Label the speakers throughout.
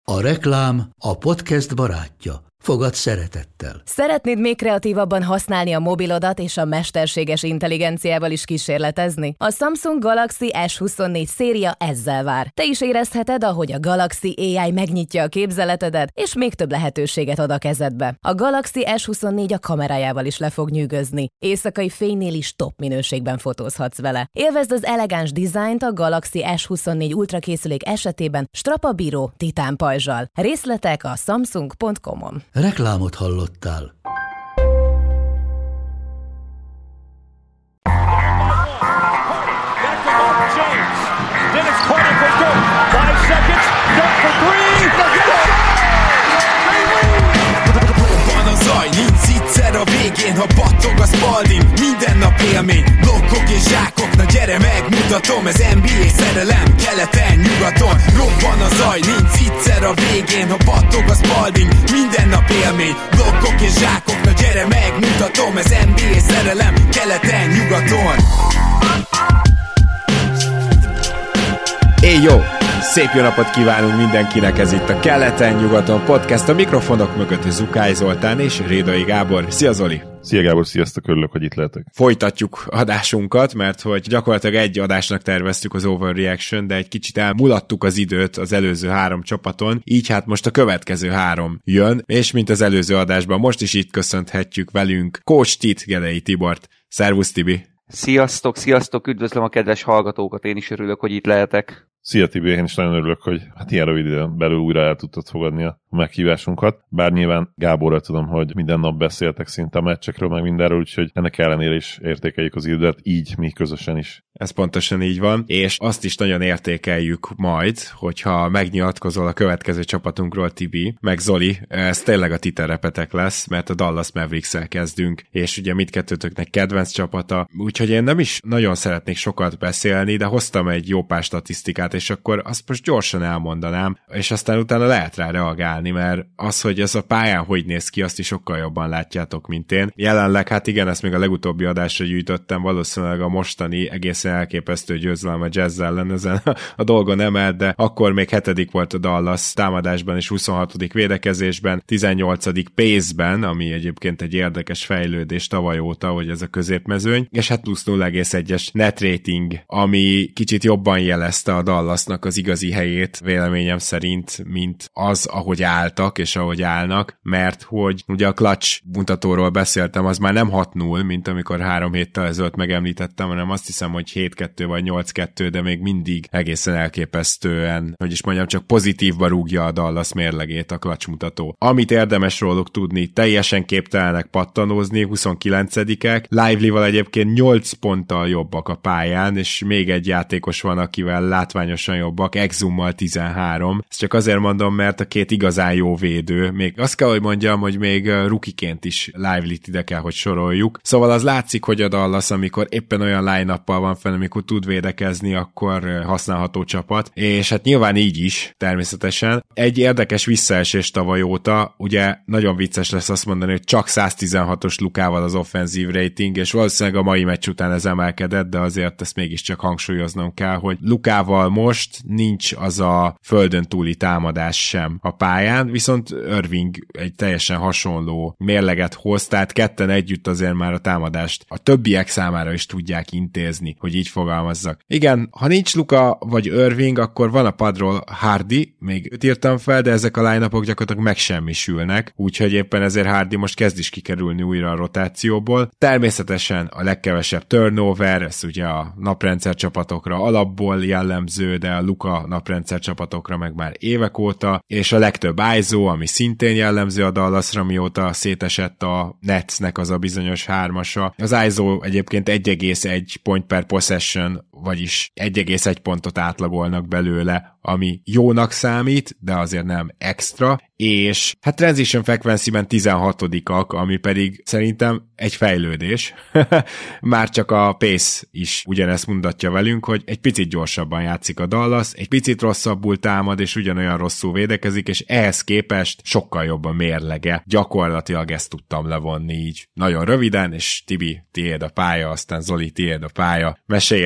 Speaker 1: A reklám a podcast barátja. Fogad szeretettel.
Speaker 2: Szeretnéd még kreatívabban használni a mobilodat és a mesterséges intelligenciával is kísérletezni? A Samsung Galaxy S24 széria ezzel vár. Te is érezheted, ahogy a Galaxy AI megnyitja a képzeletedet, és még több lehetőséget ad a kezedbe. A Galaxy S24 a kamerájával is le fog nyűgözni. Éjszakai fénynél is top minőségben fotózhatsz vele. Élvezd az elegáns dizájnt a Galaxy S24 Ultra készülék esetében strapabíró titán pajzsal. Részletek a samsung.com-on.
Speaker 1: Reklámot hallottál.
Speaker 3: A végén, ha battog a Spalding, minden nap élmény, blokkok és zsákok, na gyere megmutatom, ez NBA szerelem, keleten, nyugaton, robban a zaj, nincs egyszer a végén, ha battog a Spalding, minden nap élmény, blokkok és zsákok, na gyere megmutatom, ez NBA szerelem, keleten, nyugaton.
Speaker 4: Jó! Szép jó napot kívánunk mindenkinek, ez itt a Keleten-nyugaton podcast, a mikrofonok mögött Zukály Zoltán és Rédai Gábor. Szia Zoli!
Speaker 5: Szia Gábor, sziasztok, örülök, hogy itt lehetek.
Speaker 4: Folytatjuk adásunkat, mert hogy gyakorlatilag egy adásnak terveztük az Overreaction, de egy kicsit elmulattuk az időt az előző 3 csapaton, így hát most a következő 3 jön, és mint az előző adásban, most is itt köszönhetjük velünk Coach Tit, Gedei Tibort. Szervusz Tibi!
Speaker 6: Sziasztok, üdvözlöm a kedves hallgatókat, én is örülök, hogy itt lehetek.
Speaker 5: Szia Tibi, én is nagyon örülök, hogy ilyen rövid időn belül újra el tudtad fogadni a meghívásunkat. Bár nyilván Gáborral tudom, hogy minden nap beszéltek szinte a meccsekről, meg mindenről, úgyhogy ennek ellenére is értékeljük az időt, így mi közösen is.
Speaker 4: Ez pontosan így van, és azt is nagyon értékeljük majd, hogyha megnyilatkozol a következő csapatunkról, Tibi, meg Zoli, ez tényleg a ti terepetek lesz, mert a Dallas Mavericks-el kezdünk, és ugye mindkettőtöknek kedvenc csapata, úgyhogy én nem is nagyon szeretnék sokat beszélni, de hoztam egy jó pár statisztikát, és akkor azt most gyorsan elmondanám, és aztán utána lehet rá reagálni, mert az, hogy ez a pályán hogy néz ki, azt is sokkal jobban látjátok, mint én. Jelenleg, hát igen, ezt még a legutóbbi adásra gyűjtöttem, valószínűleg a mostani egészen elképesztő győzelem a Jazz ellen ezen a dolgon emelt, de akkor még 7. volt a Dallas támadásban és 26. védekezésben, 18. pace-ben, ami egyébként egy érdekes fejlődés tavaly óta, hogy ez a középmezőny, és hát plusz 0,1-es net rating, ami kicsit jobban jelezte a Dallasnak az igazi helyét, véleményem szerint, mint az, ahogy álltak és ahogy állnak, mert hogy ugye a clutch mutatóról beszéltem, az már nem 6-0, mint amikor 3 héttel ezelőtt megemlítettem, hanem azt hiszem, hogy 7-2 vagy 8-2, de még mindig egészen elképesztően, hogy is mondjam, csak pozitívba rúgja a Dallas mérlegét a clutch mutató. Amit érdemes róluk tudni, teljesen képtelenek pattanózni, 29-ek, Lively-val egyébként 8 ponttal jobbak a pályán, és még egy játékos van, akivel látványosan jobbak, Exummal 13. Ezt csak azért mondom, mert a két igazán jó védő. Még azt kell, hogy mondjam, hogy még rukiként is Lively-t ide kell, hogy soroljuk. Szóval az látszik, hogy a Dallas, amikor éppen olyan line-uppal van fenn, amikor tud védekezni, akkor használható csapat. És hát nyilván így is, természetesen. Egy érdekes visszaesés tavaly óta, ugye nagyon vicces lesz azt mondani, hogy csak 116-os Lukával az offenzív rating, és valószínűleg a mai meccs után ez emelkedett, de azért ezt mégiscsak hangsúlyoznom kell, hogy Lukával most nincs az a földön túli támadás sem a pályán, viszont Irving egy teljesen hasonló mérleget hoz, tehát ketten együtt azért már a támadást a többiek számára is tudják intézni, hogy így fogalmazzak. Igen, ha nincs Luka vagy Irving, akkor van a padról Hardy, még őt írtam fel, de ezek a line-upok gyakorlatilag megsemmisülnek, úgyhogy éppen ezért Hardy most kezd is kikerülni újra a rotációból. Természetesen a legkevesebb turnover, ez ugye a naprendszer csapatokra alapból jellemző, de a Luka naprendszer csapatokra meg már évek óta, és a legtöbb ISO, ami szintén jellemző a Dallasra, mióta szétesett a Netsnek az a bizonyos 3-asa. Az ISO egyébként 1,1 point per possession, vagyis 1,1 pontot átlagolnak belőle, ami jónak számít, de azért nem extra, és hát transition frequency-ben 16-ak, ami pedig szerintem egy fejlődés. Már csak a pace is ugyanezt mondatja velünk, hogy egy picit gyorsabban játszik a Dallas, egy picit rosszabbul támad, és ugyanolyan rosszul védekezik, és ehhez képest sokkal jobb a mérlege. Gyakorlatilag ezt tudtam levonni így. Nagyon röviden, és Tibi, tiéd a pálya, aztán Zoli, tiéd a pálya. Meséljetek, hogy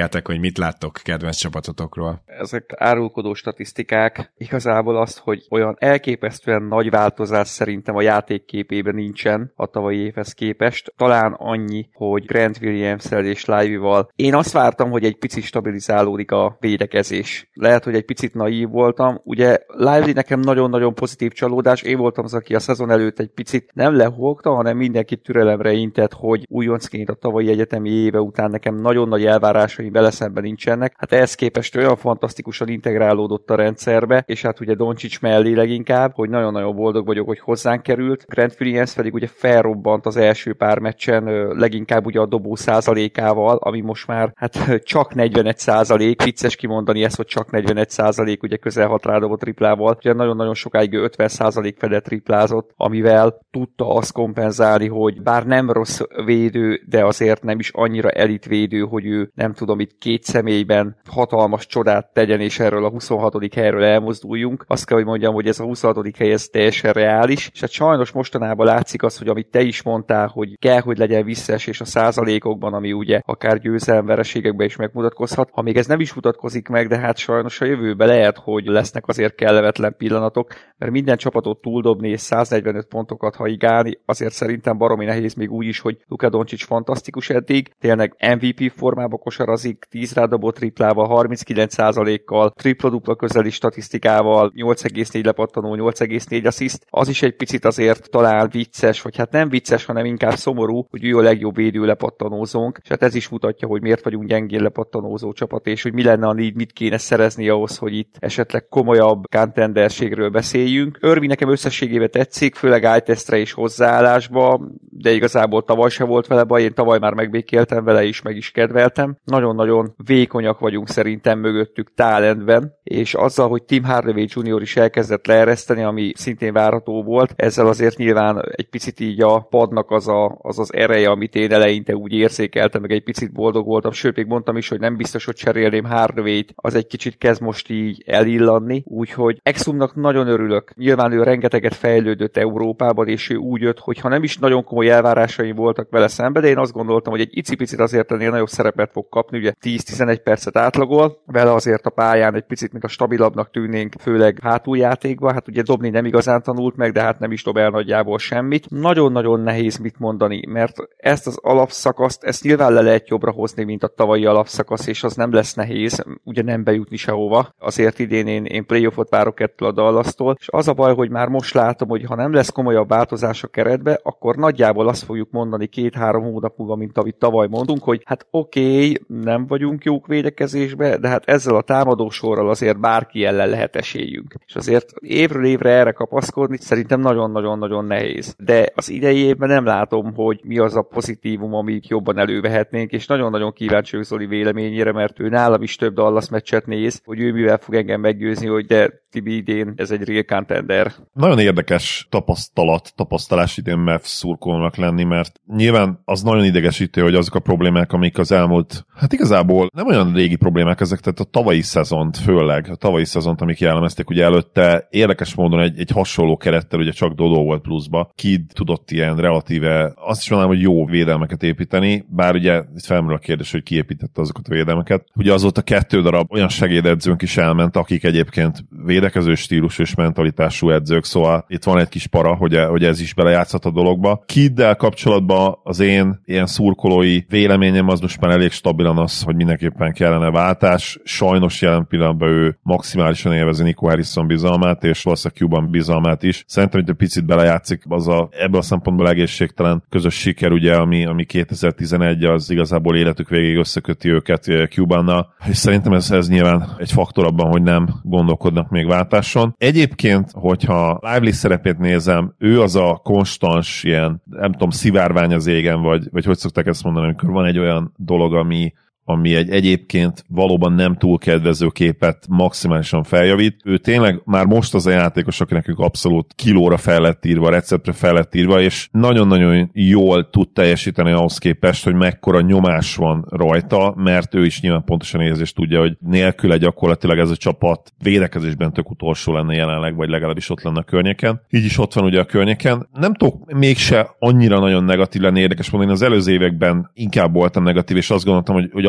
Speaker 4: mit láttok kedvenc csapatotokról?
Speaker 6: Ezek árulkodó statisztikák. Igazából azt, hogy olyan elképesztően nagy változás szerintem a játékképében nincsen a tavalyi évhez képest. Talán annyi, hogy Grant Williams-el és Lively-val én azt vártam, hogy egy picit stabilizálódik a védekezés. Lehet, hogy egy picit naív voltam. Ugye Lively nekem nagyon-nagyon pozitív csalódás. Én voltam az, aki a szezon előtt egy picit nem lehúgta, hanem mindenkit türelemre intett, hogy újoncként a tavalyi egyetemi éve után nekem nagyon nagy elvárásaim vele szemben nincsenek. Hát ehhez képest olyan fantasztikusan integrálódott a rendszerbe, és hát ugye Doncic mellé leginkább, hogy nagyon-nagyon boldog vagyok, hogy hozzánk került. Grant Williams pedig ugye felrobbant az első pár meccsen, leginkább ugye a dobó százalékával, ami most már hát csak 41%, vicces kimondani ezt, hogy csak 41%, ugye közel 6 rádobott triplával, ugye nagyon-nagyon sokáig 50% fedett triplázott, amivel tudta azt kompenzálni, hogy bár nem rossz védő, de azért nem is annyira elitvédő, hogy ő nem tudom, itt két személyben hatalmas csodát tegyen, és erről a 26. helyről elmozduljunk. Azt kell, hogy mondjam, hogy ez a 26. hely ez teljesen reális, és hát sajnos mostanában látszik az, hogy amit te is mondtál, hogy kell, hogy legyen visszaesés a százalékokban, ami ugye akár győzelem vereségekben is megmutatkozhat. Ha még ez nem is mutatkozik meg, de hát sajnos a jövőben lehet, hogy lesznek azért kellemetlen pillanatok, mert minden csapatot túldobni és 145 pontokat haigálni, azért szerintem baromi nehéz, még úgy is, hogy Luka Doncic fantasztikus eddig, tényleg MVP formába kosarazik, 10 rádobott triplával, 39%-kal, tripla-dupla közeli statisztikával, 8,4 lepattanó, 8,4 assziszt. Az is egy picit azért talán vicces, vagy hát nem vicces, hanem inkább szomorú, hogy ő a legjobb védő lepattanózónk, és hát ez is mutatja, hogy miért vagyunk gyengén lepattanózó csapat, és hogy mi lenne a need, mit kéne szerezni ahhoz, hogy itt esetleg komolyabb contenderségről beszéljünk. Irving nekem összességében tetszik, főleg eye-testre és hozzáállásba, de igazából tavaly se volt vele baj, én tavaly már megbékéltem vele, és meg is kedveltem. Nagyon-nagyon vékonyak vagyunk szerintem mögöttük talentben, és azzal, hogy Tim Hardaway Jr. is elkezdett leereszteni, ami szintén várható volt, ezzel azért nyilván egy picit így a padnak az ereje, amit én eleinte úgy érzékeltem, meg egy picit boldog voltam, sőt még mondtam is, hogy nem biztos, hogy cserélném Hardaway-t, az egy kicsit kezd most így elillanni, úgyhogy Exumnak nagyon örülök. Nyilván ő rengeteget fejlődött Európában, és ő úgy jött, hogy ha nem is nagyon komoly elvárásaim voltak vele szembe, de én azt gondoltam, hogy egy icipicit azért ennél nagyobb szerepet fog kapni, ugye 10-11 percet átlagol, vele azért a pályán egy picit, mint a stabilabbnak tűnnénk, főleg hátuljátékban, hát ugye dobni nem igazán tanult meg, de hát nem is dob el nagyjából semmit. Nagyon-nagyon nehéz mit mondani, mert ezt az alapszakaszt, ezt nyilván le lehet jobbra hozni, mint a tavalyi alapszakasz, és az nem lesz nehéz, ugye nem bejutni sehova. Azért idén én playoffot várok ettől a Dallastól, és az a baj, hogy már most látom, hogy ha nem lesz komolyabb változás a keretbe, akkor nagyjából azt fogjuk mondani 2-3 hónap múlva, mint amit tavaly mondunk, hogy hát oké, nem vagyunk jók védekezésbe, de hát ezzel a támadósorral azért bárki ellen lehet esélyünk. És azért évről évre erre kapaszkodni szerintem nagyon-nagyon-nagyon nehéz. De az idei évben nem látom, hogy mi az a pozitívum, amit jobban elővehetnénk, és nagyon-nagyon kíváncsi vagyok Zoli véleményére, mert ő nálam is több Dallas meccset néz, hogy ő mivel fog engem meggyőzni, hogy de Tibi idén ez egy real contender.
Speaker 5: Nagyon érdekes tapasztalás idén Mavs szurkolónak lenni, mert nyilván az nagyon idegesítő, hogy azok a problémák, amik az elmúlt, hát igazából nem olyan régi problémák ezek, tehát a tavalyi szezont, főleg a tavalyi szezont, amik jellemezték, ugye előtte érdekes módon egy hasonló kerettel, ugye csak Dodo volt pluszba, Kidd tudott ilyen relatíve, azt is mondanám, hogy jó védelmeket építeni, bár ugye itt felmerül a kérdés, hogy ki építette azokat a védelmeket. Ugye azóta 2 darab olyan segédedzőnk is elment, akik egyébként védekező stílusú és mentalitású edzők, szóval itt van egy kis para, hogy ez is belejátszott a dologba. Kidddel kapcsolatban az én ilyen szurkolói véleményem az most már elég stabilan az, hogy mindenképpen kellene váltás. Sajnos jelen pillanatban ő maximálisan élvezi Nico Harrison bizalmát, és valószínűleg Cuban bizalmát is. Szerintem, hogy egy picit belejátszik az ebből a szempontból egészségtelen közös siker, ugye, ami 2011 az igazából életük végéig összeköti őket Cubannal, és szerintem ez nyilván egy faktor abban, hogy nem gondolkodnak még váltáson. Egyébként, hogyha Lively szerepét nézem, ő az a konstans ilyen, nem tudom, szivárvány az égen, vagy hogy szokták ezt mondani, amikor van egy olyan dolog, ami egy egyébként valóban nem túl kedvező képet maximálisan feljavít. Ő tényleg már most az a játékos, aki nekünk abszolút kilóra fel lett írva, receptre fel lett írva, és nagyon-nagyon jól tud teljesíteni ahhoz képest, hogy mekkora nyomás van rajta, mert ő is nyilván pontosan érzi, és tudja, hogy nélküle gyakorlatilag ez a csapat védekezésben tök utolsó lenne jelenleg, vagy legalábbis ott lenne a környéken. Így is ott van ugye a környéken. Nem tudok mégse annyira nagyon negatív lenni, érdekes mondani, az előző években inkább voltam negatív, és azt gondoltam, hogy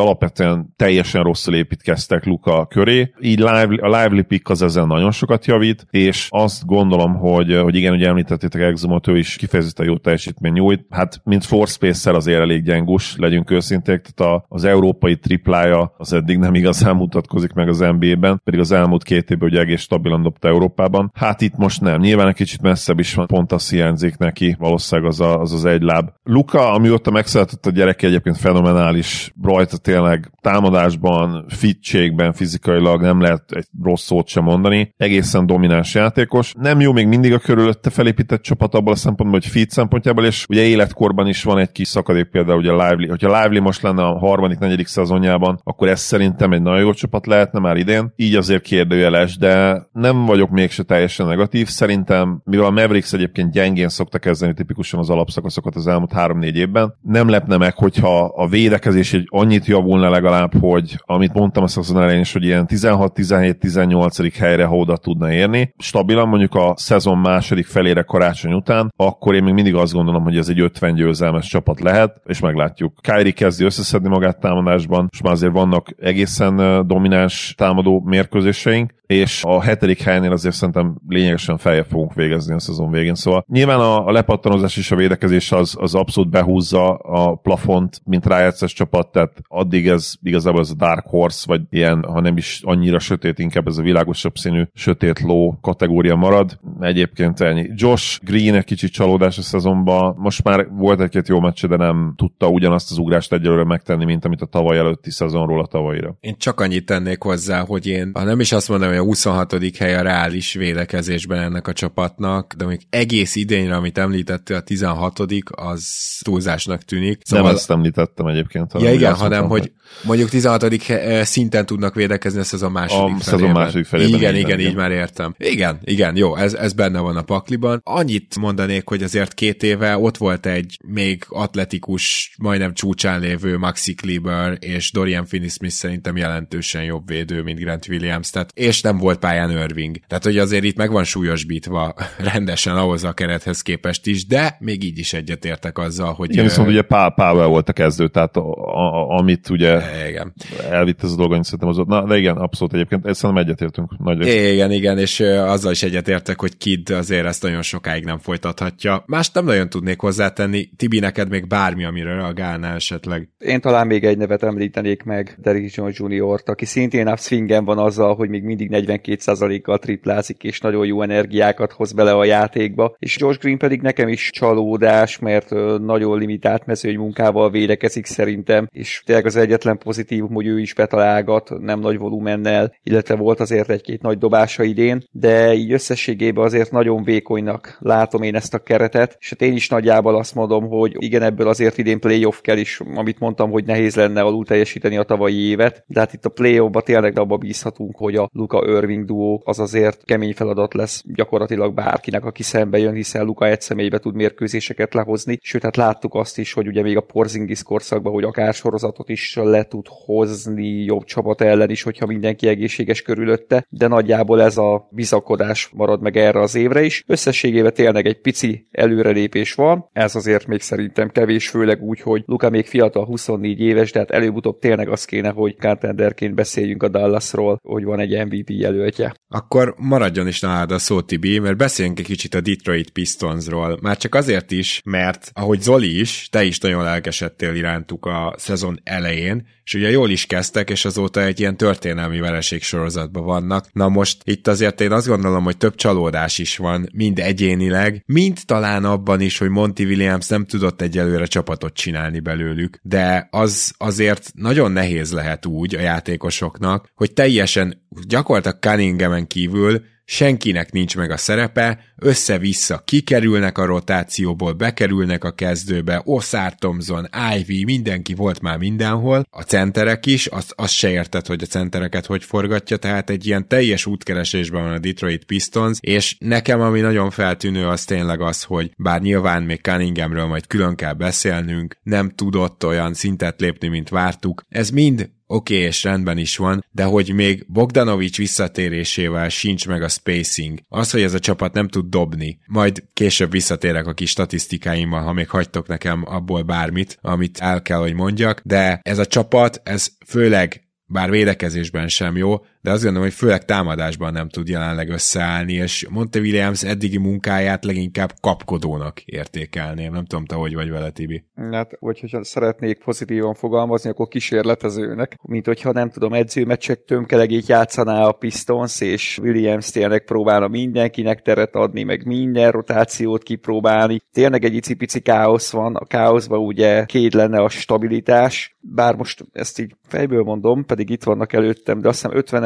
Speaker 5: alapvetően teljesen rosszul építkeztek Luka köré, így a lively pick az ezen nagyon sokat javít, és azt gondolom, hogy igen, ugye említettétek Exumot, ő is kifejezetten jó teljesítmény nyújt, hát mint floor space-szel azért elég gyengus, legyünk őszinték, tehát az európai triplája az eddig nem igazán mutatkozik meg az NBA-ben, pedig az elmúlt 2 évben ugye egész stabilan dobta Európában. Hát itt most nem. Nyilván egy kicsit messzebb is van, pont azt hiányzik neki, valószínűleg az egy láb. Luka, amióta megszületett a gyerek, egyébként fenomenális, rajta tényleg támadásban, fitségben, fizikailag nem lehet egy rossz szót sem mondani. Egészen domináns játékos. Nem jó még mindig a körülötte felépített csapat abból a szempontból, hogy fit szempontjából, és ugye életkorban is van egy kis szakadék, például ugye Lively. Hogyha Lively most lenne a 3.-4. szezonjában, akkor ez szerintem egy nagyon jó csapat lehetne már idén. Így azért kérdőjeles, de nem vagyok mégse teljesen negatív. Szerintem, mivel a Mavericks egyébként gyengén szokta kezdeni tipikusan az alapszakaszokat az elmúlt 3-4 évben, nem lepne meg, hogyha a védekezés egy annyit javulna legalább, hogy amit mondtam a szezon elején is, hogy ilyen 16-17-18. helyre ha oda tudna érni. Stabilan mondjuk a szezon második felére karácsony után, akkor én még mindig azt gondolom, hogy ez egy 50 győzelmes csapat lehet, és meglátjuk. Kyrie kezdi összeszedni magát támadásban, és már azért vannak egészen domináns támadó mérkőzéseink, és a 7. helynél azért szerintem lényegesen feljebb fogunk végezni a szezon végén. Szóval nyilván a lepattanozás és a védekezés az abszolút behúzza a plafont, mint rájátszás csapat, tehát addig ez igazából ez a Dark Horse, vagy ilyen, ha nem is annyira sötét, inkább ez a világosabb színű sötét ló kategória marad. Egyébként ennyi. Josh Green egy kicsit csalódás a szezonban. Most már volt egy-két jó meccse, de nem tudta ugyanazt az ugrást egyelőre megtenni, mint amit a tavaly előtti szezonról a tavalyra.
Speaker 4: Én csak annyit tennék hozzá, hogy én, ha nem is azt mondom, hogy a 26. hely a reális védekezésben ennek a csapatnak, de még egész idényre, amit említettél, a 16. az túlzásnak tűnik.
Speaker 5: Szóval nem ezt említettem egyébként.
Speaker 4: Ja igen, hanem, hogy mondjuk 16. szinten tudnak védekezni a szezon második felében. Igen, így már értem. Igen, jó, ez benne van a pakliban. Annyit mondanék, hogy azért 2 éve ott volt egy még atletikus, majdnem csúcsán lévő Maxi Kleber, és Dorian Finney-Smith szerintem jelentősen jobb védő, mint Grant Williams, tehát, és nem volt pályán Irving. Tehát, hogy azért itt meg van súlyosbítva rendesen ahhoz a kerethez képest is, de még így is egyetértek azzal, hogy...
Speaker 5: Igen, viszont ugye Powell volt a kezdő, tehát amit ugye elvitt ez a dolog, szerintem az ott. Na, de igen, abszolút egyébként, ezt szerintem egyetértünk nagy részt.
Speaker 4: Igen, és azzal is egyetértek, hogy Kidd azért ezt nagyon sokáig nem folytathatja. Mást nem nagyon tudnék hozzátenni. Tibi, neked még bármi, amire reagálnál esetleg?
Speaker 6: Én talán még egy nevet említenék meg, Derrick Jones Jr.-t, aki szintén upswingen van azzal, hogy még mindig 42%-kal triplázik, és nagyon jó energiákat hoz bele a játékba. És Josh Green pedig nekem is csalódás, mert nagyon limitált mezőny munkával védekezik szerintem, és tényleg az egyetlen pozitív, hogy ő is betalálgat, nem nagy volumennel, illetve volt azért egy-két nagy dobása idén, de így összességében azért nagyon vékonynak látom én ezt a keretet, és hát én is nagyjából azt mondom, hogy igen, ebből azért idén playoff kell is, amit mondtam, hogy nehéz lenne alul teljesíteni a tavalyi évet, de hát itt a playoffba tényleg abba bízhatunk, hogy a Luka-Irving duó az azért kemény feladat lesz gyakorlatilag bárkinek, aki szembe jön, hiszen Luka egy személybe tud mérkőzéseket lehozni, sőt, hát láttuk azt is, hogy ugye még a Porzingis korszakban, hogy akár sorozatot is le tud hozni jobb csapat ellen is, hogyha mindenki egészséges körülötte, de nagyjából ez a bizakodás marad meg erre az évre is. Összességében tényleg egy pici előrelépés van, ez azért még szerintem kevés, főleg úgy, hogy Luka még fiatal, 24 éves, de hát előbb-utóbb tényleg az kéne, hogy contenderként beszéljünk a Dallasról, hogy van egy MVP jelöltje.
Speaker 4: Akkor maradjon is nálad a szó, Tibi, mert beszéljünk egy kicsit a Detroit Pistonsról. Már csak azért is, mert ahogy Zoli is, te is nagyon lelkesedtél irántuk a szezon elején, és ugye jól is kezdtek, és azóta egy ilyen történelmi vereség sorozatban vannak. Na most itt azért én azt gondolom, hogy több csalódás is van, mind egyénileg, mind talán abban is, hogy Monty Williams nem tudott egyelőre csapatot csinálni belőlük, de az azért nagyon nehéz lehet úgy a játékosoknak, hogy teljesen gyakorlatilag Cunninghamen kívül senkinek nincs meg a szerepe, össze-vissza kikerülnek a rotációból, bekerülnek a kezdőbe, Oscar Thompson, Ivy, mindenki volt már mindenhol, a centerek is, azt se érted, hogy a centereket hogy forgatja, tehát egy ilyen teljes útkeresésben van a Detroit Pistons, és nekem ami nagyon feltűnő az tényleg az, hogy bár nyilván még Cunninghamről majd külön kell beszélnünk, nem tudott olyan szintet lépni, mint vártuk, ez mind oké, és rendben is van, de hogy még Bogdanović visszatérésével sincs meg a spacing. Az, hogy ez a csapat nem tud dobni. Majd később visszatérek a kis statisztikáimmal, ha még hagytok nekem abból bármit, amit el kell, hogy mondjak, de ez a csapat, ez főleg bár védekezésben sem jó, de azt gondolom, hogy főleg támadásban nem tud jelenleg összeállni, és Monty Williams eddigi munkáját leginkább kapkodónak értékelném. Nem tudom, te hogy vagy vele, Tibi?
Speaker 6: Hát, hogyha szeretnék pozitívan fogalmazni, akkor kísérletezőnek, mint hogyha nem tudom, edzőmeccsek tömkelegét játszaná a Pistons, és Williams tényleg próbálna mindenkinek teret adni, meg minden rotációt kipróbálni. Tényleg egy icipici káosz van, a káoszban ugye két lenne a stabilitás, bár most ezt így fejből mondom, pedig itt vannak előttem, de azt hiszem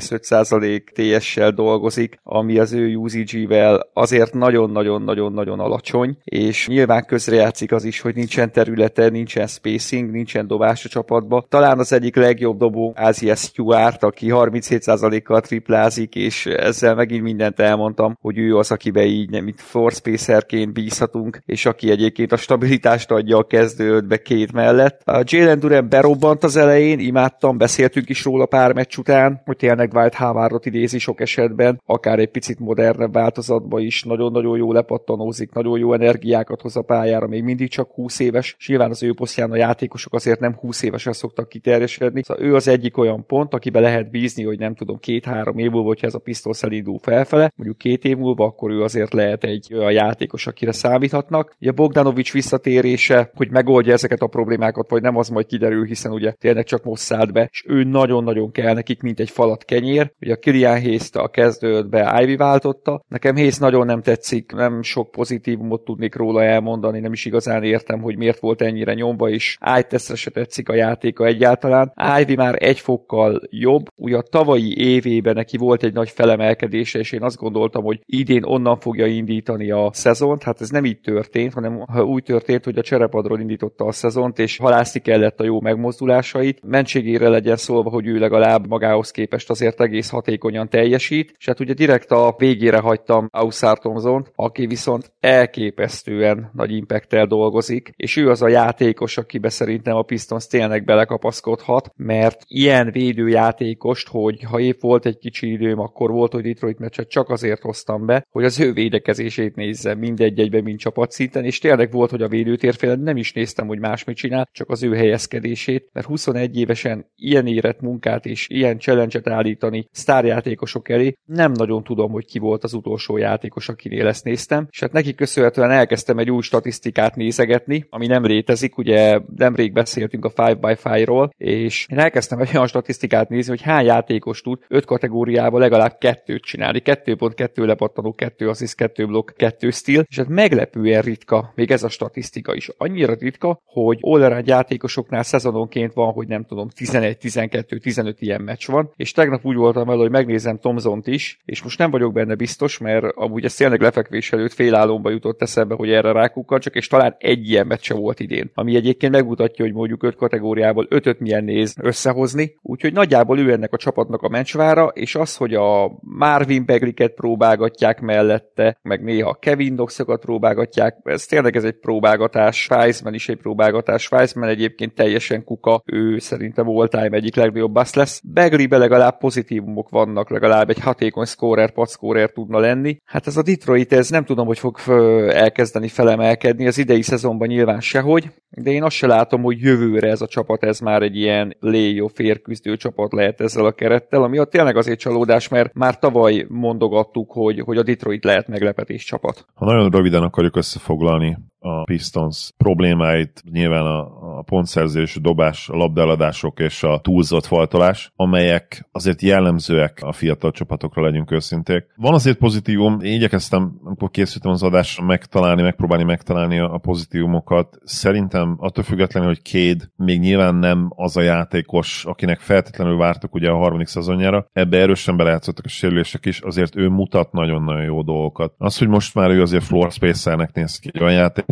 Speaker 6: 51,5% TS-sel dolgozik, ami az ő UZG-vel azért nagyon-nagyon-nagyon-nagyon alacsony, és nyilván közrejátszik az is, hogy nincsen területe, nincsen spacing, nincsen dobás a csapatba. Talán az egyik legjobb dobó Ázia Stewart, aki 37%-kal triplázik, és ezzel megint mindent elmondtam, hogy ő az, akibe így nem itt floor spacerként bízhatunk, és aki egyébként a stabilitást adja a kezdőötbe két mellett. A Jalen Duren berobbant az elején, imádtam, beszéltünk is róla pár meccs után, hogy tényleg Dwight Howardot idézi sok esetben, akár egy picit modernebb változatban is, nagyon-nagyon jó lepattanózik, nagyon jó energiákat hoz a pályára, még mindig csak 20 éves, és nyilván az ő posztján a játékosok azért nem 20 évesen szoktak kiterjesedni. Szóval ő az egyik olyan pont, akiben lehet bízni, hogy nem tudom, 2-3 év múlva, hogyha ez a Pistons elindul felfele, mondjuk 2 év múlva, akkor ő azért lehet egy olyan játékos, akire számíthatnak. Ugye Bogdanović visszatérése, hogy megoldja ezeket a problémákat, vagy nem, az majd kiderül, hiszen ugye tényleg csak most szállt be, és ő nagyon-nagyon kell nekik, mint egy falat kenyér. Ugye a Killian Hayes-t a kezdődbe Ivy váltotta. Nekem Hayes nagyon nem tetszik, nem sok pozitívumot tudnék róla elmondani, nem is igazán értem, hogy miért volt ennyire nyomva, és eye-testre se tetszik a játéka egyáltalán. Ivy már egy fokkal jobb, ugye a tavalyi évében neki volt egy nagy felemelkedése, és én azt gondoltam, hogy idén onnan fogja indítani a szezont. Hát ez nem így történt, hanem úgy történt, hogy a cserepadról indította a szezont, és halászni kellett a jó megmozdulásait. Mentségére legyen szólva, hogy ő legalább magához képest azért egész hatékonyan teljesít, és hát ugye direkt a végére hagytam Ausar Thompsont, aki viszont elképesztően nagy impacttel dolgozik, és ő az a játékos, akibe szerintem a Pistons tényleg belekapaszkodhat, mert ilyen védőjátékost, hogy ha épp volt egy kicsi időm, akkor volt, hogy Detroit meccset csak azért hoztam be, hogy az ő védekezését nézzem mindegy-egyben, mind csapatszinten, és tényleg volt, hogy a védőtérfélen nem is néztem, hogy más mit csinál, csak az ő helyezkedését, mert 21 évesen ilyen érett munkát és ilyen challenge-et állítani sztárjátékosok elé, nem nagyon tudom, hogy ki volt az utolsó játékos, akinél ezt néztem, és hát neki köszönhetően elkezdtem egy új statisztikát nézegetni, ami nem létezik, ugye nemrég beszéltünk a 5x5-ról, és én elkezdtem egy olyan statisztikát nézni, hogy hány játékos tud 5 kategóriában legalább 2-t csinálni, 2.2 lepattanó, 2 assziszt, 2 blokk, 2 steal, és hát meglepően ritka, még ez a statisztika is annyira ritka, hogy all-around játékosoknál szezononként van, hogy nem tudom, 11, 12, 15 ilyen meccs van, és tegnap úgy voltam vele, hogy megnézem Thompsont is, és most nem vagyok benne biztos, mert amúgy ez tényleg lefekvés előtt félálomba jutott eszembe, hogy erre rákukkancsak, és talán egy ilyen meccse volt idén, ami egyébként megmutatja, hogy mondjuk 5 kategóriából 5-öt milyen néz összehozni, úgyhogy nagyjából ő ennek a csapatnak a mencsvára, és az, hogy a Marvin Bagley-ket próbálgatják mellette, meg néha a Kevin Knox-okat próbálgatják, ez tényleg ez egy próbálgatás, Wiseman is egy próbálgatás, Wiseman egyébként teljesen kuka, ő szerintem all-time egyik legnagyobb bassz lesz. Bagley-be legalább pozitívumok vannak, legalább egy hatékony scorer, padscorer tudna lenni. Hát ez a Detroit, ez nem tudom, hogy fog elkezdeni felemelkedni, az idei szezonban nyilván sehogy, de én azt se látom, hogy jövőre ez a csapat, ez már egy ilyen léjó férküzdő csapat lehet ezzel a kerettel, ami ott tényleg azért csalódás, mert már tavaly mondogattuk, hogy a Detroit lehet meglepetés csapat.
Speaker 5: Ha nagyon röviden akarjuk összefoglalni a Pistons problémáit, nyilván a pontszerzés, dobás, a labdaeladások és a túlzott faltolás, amelyek azért jellemzőek a fiatal csapatokra, legyünk őszinték. Van azért pozitívum, én igyekeztem, amikor készültem az adásra, megpróbálni megtalálni a pozitívumokat. Szerintem attól függetlenül, hogy Cade még nyilván nem az a játékos, akinek feltétlenül vártuk ugye a harmadik szezonjára, ebbe erősen belejátszottak a sérülések is, azért ő mutat nagyon-nagyon jó dolgokat. Az, hogy most már ő azért floor spacernek néz ki, olyan játék,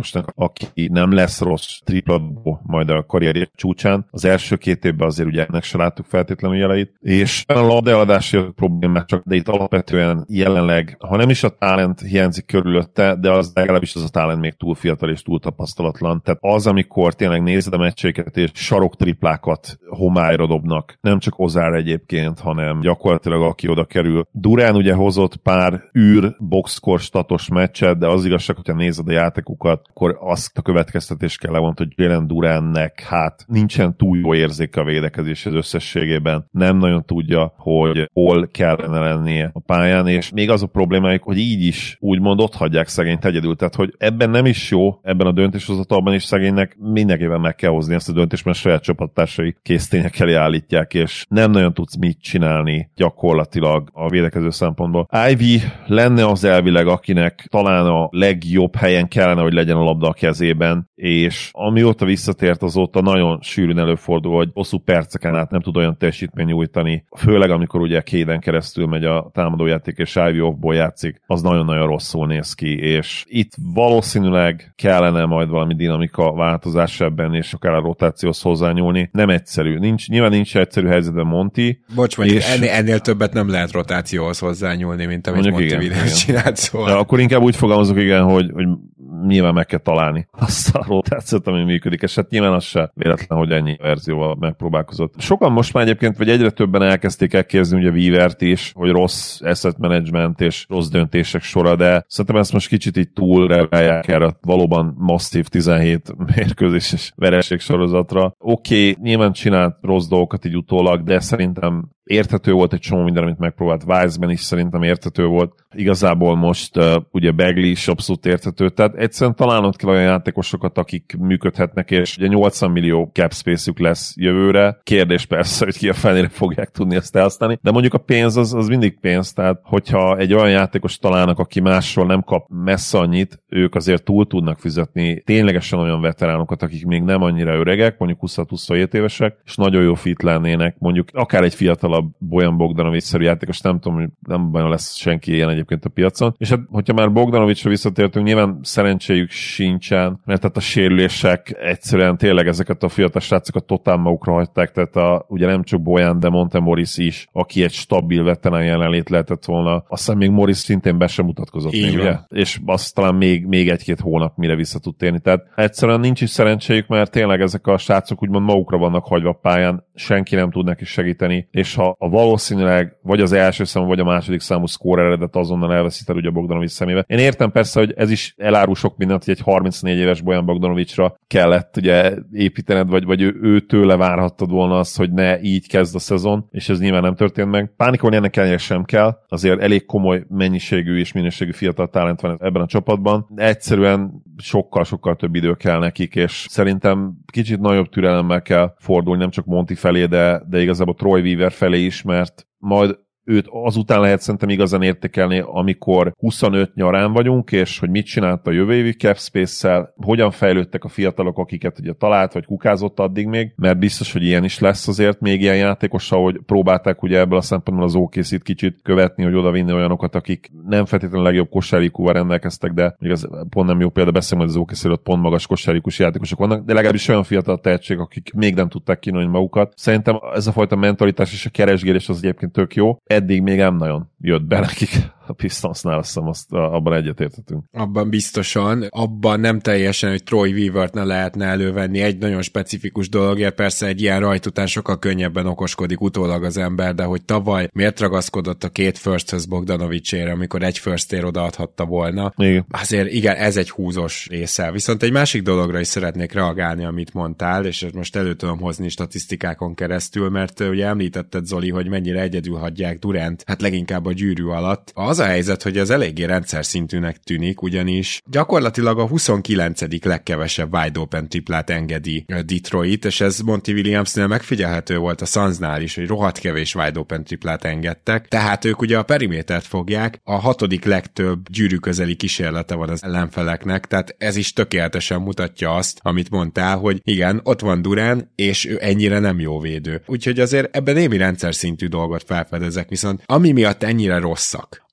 Speaker 5: játékosnak, aki nem lesz rossz tripladó majd a karrierje csúcsán. Az első 2 évben azért ugye ennek se láttuk feltétlenül jeleit, és a labdaeladási problémák csak, de itt alapvetően jelenleg, ha nem is a talent hiányzik körülötte, de az legalábbis az a talent még túl fiatal és túl tapasztalatlan. Tehát az, amikor tényleg nézed a meccseiket és saroktriplákat homályra dobnak, nem csak Ozár egyébként, hanem gyakorlatilag aki oda kerül. Durán ugye hozott pár boxscore statos meccset, de az igazság, hogyha nézed a játékukat, akkor azt a következtetést kell levonni, hogy Jalen Durannek hát nincsen túl jó érzéke a védekezéshez összességében. Nem nagyon tudja, hogy hol kellene lennie a pályán, és még az a problémájuk, hogy így is úgymond ott hagyják szegényt egyedül. Tehát, hogy ebben nem is jó, ebben a döntéshozatalban is szegénynek mindenképpen meg kell hozni ezt a döntést, mert saját csapattársai késztények elé állítják, és nem nagyon tudsz mit csinálni gyakorlatilag a védekező szempontból. Ivy lenne az elvileg, akinek talán a legjobb helyen kellene, hogy legyen a labda a kezében, és amióta visszatért, azóta nagyon sűrűn előfordul, hogy hosszú perceken át nem tud olyan teljesítmény nyújtani, főleg amikor ugye Caden keresztül megy a támadójáték, és Ivy off-ból játszik, az nagyon-nagyon rosszul néz ki, és itt valószínűleg kellene majd valami dinamika változás ebben, és akár a rotációhoz hozzányúlni. Nem egyszerű. Nyilván nincs egyszerű helyzetben Monty.
Speaker 4: Bocs, mondjuk ennél többet nem lehet rotációhoz hozzányúlni, mint amit Monty Williams csinált, szóval.
Speaker 5: De akkor inkább úgy fogalmazok, igen, hogy nyilván meg kell találni azt a rotációt, ami működik, és hát nyilván az se véletlen, hogy ennyi verzióval megpróbálkozott. Sokan most már egyébként, vagy egyre többen elkezdték elkérdezni ugye Weavert is, hogy rossz asset management és rossz döntések sora, de szerintem ezt most kicsit így túl reagálják erre valóban masszív 17 mérkőzéses vereség sorozatra. Oké, nyilván csinált rossz dolgokat így utólag, de szerintem érthető volt egy csomó minden, amit megpróbált. Wiseman is szerintem érthető volt. Igazából most ugye Bagley is abszolút érthető. Tehát egyszerűen találnod kell olyan játékosokat, akik működhetnek, és ugye 80 millió cap space-ük lesz jövőre. Kérdés persze, hogy ki a felére fogják tudni ezt elhasználni. De mondjuk a pénz az mindig pénz. Tehát hogyha egy olyan játékos találnak, aki másról nem kap messze annyit, ők azért túl tudnak fizetni ténylegesen olyan veteránokat, akik még nem annyira öregek, mondjuk 26-27 évesek, és nagyon jó fit lennének, mondjuk akár egy fiatal Bojan Bogdanovics-szerű játékos, nem tudom, hogy nem bajna lesz senki ilyen egyébként a piacon. És hát, hogyha már Bogdanovicsra visszatértünk, nyilván szerencséjük sincsen, mert tehát a sérülések egyszerűen tényleg ezeket a fiatal srácokat totál magukra hagyták, tehát ugye nem csak Bojan, de Monte Morris is, aki egy stabil veterán jelenlét lehetett volna. Aztán még Morris szintén be sem mutatkozott még, ugye? És azt talán még egy-két hónap mire vissza tud térni. Tehát egyszerűen nincs is szerencséjük, mert tényleg ezek a srácok úgymond magukra vannak hagyva a pályán, senki nem tud neki segíteni, és ha valószínűleg vagy az első számú, vagy a második számú scoreredet azonnal elveszíted ugye a Bogdanovics szemébe. Én értem persze, hogy ez is elárul sok mindent, hogy egy 34 éves Bojan Bogdanovicsra kellett ugye építened, vagy ő tőle várhattad volna azt, hogy ne így kezd a szezon, és ez nyilván nem történt meg. Pánikolni ennek ellenére sem kell, azért elég komoly mennyiségű és minőségű fiatal talent van ebben a csapatban. Egyszerűen sokkal több idő kell nekik, és szerintem kicsit nagyobb türelemmel kell fordulni, nem csak Monty felé, de igazából Troy Weaver felé is, mert majd őt azután lehet szerintem igazán értékelni, amikor 25 nyarán vagyunk, és hogy mit csinált a jövő évi cap space-szel, hogyan fejlődtek a fiatalok, akiket ugye talált, vagy kukázott addig még, mert biztos, hogy ilyen is lesz azért még ilyen játékossal, hogy próbálták ugye ebből a szempontból az OKC-t kicsit követni, hogy odavinni olyanokat, akik nem feltétlenül a legjobb kosárlabdával rendelkeztek, de igaz, pont nem jó példa beszélni, hogy az OKC-ről pont magas kosárlabdás játékosok vannak, de legalábbis olyan fiatal tehetség, akik még nem tudták kínálni magukat. Szerintem ez a fajta mentalitás és a keresgélés az egyébként tök jó. Eddig még nem nagyon jött be nekik a Pistonsnál, azt hiszem, abban egyetértetünk.
Speaker 4: Abban biztosan, abban nem teljesen, hogy Troy Weavert ne lehetne elővenni egy nagyon specifikus dologért, persze egy ilyen rajt után sokkal könnyebben okoskodik utólag az ember, de hogy tavaly miért ragaszkodott a két first-höz Bogdanovicsére, amikor egy first-ér odaadhatta volna.
Speaker 5: Igen.
Speaker 4: Azért igen, ez egy húzós része. Viszont egy másik dologra is szeretnék reagálni, amit mondtál, és most elő tudom hozni statisztikákon keresztül, mert ugye említetted, Zoli, hogy mennyire egyedül hagyják Durant, hát leginkább a gyűrű alatt. Az a helyzet, hogy ez eléggé rendszer szintűnek tűnik, ugyanis gyakorlatilag a 29. legkevesebb wide open triplát engedi Detroit, és ez Monty Williamsnél megfigyelhető volt a Sunsnál is, hogy rohadt kevés wide open triplát engedtek, tehát ők ugye a perimétert fogják, a 6. legtöbb gyűrű közeli kísérlete van az ellenfeleknek, tehát ez is tökéletesen mutatja azt, amit mondtál, hogy igen, ott van Durant, és ő ennyire nem jó védő. Úgyhogy azért ebben némi rendszer szintű dolgot felfedezek, viszont ami miatt ennyire rosszak,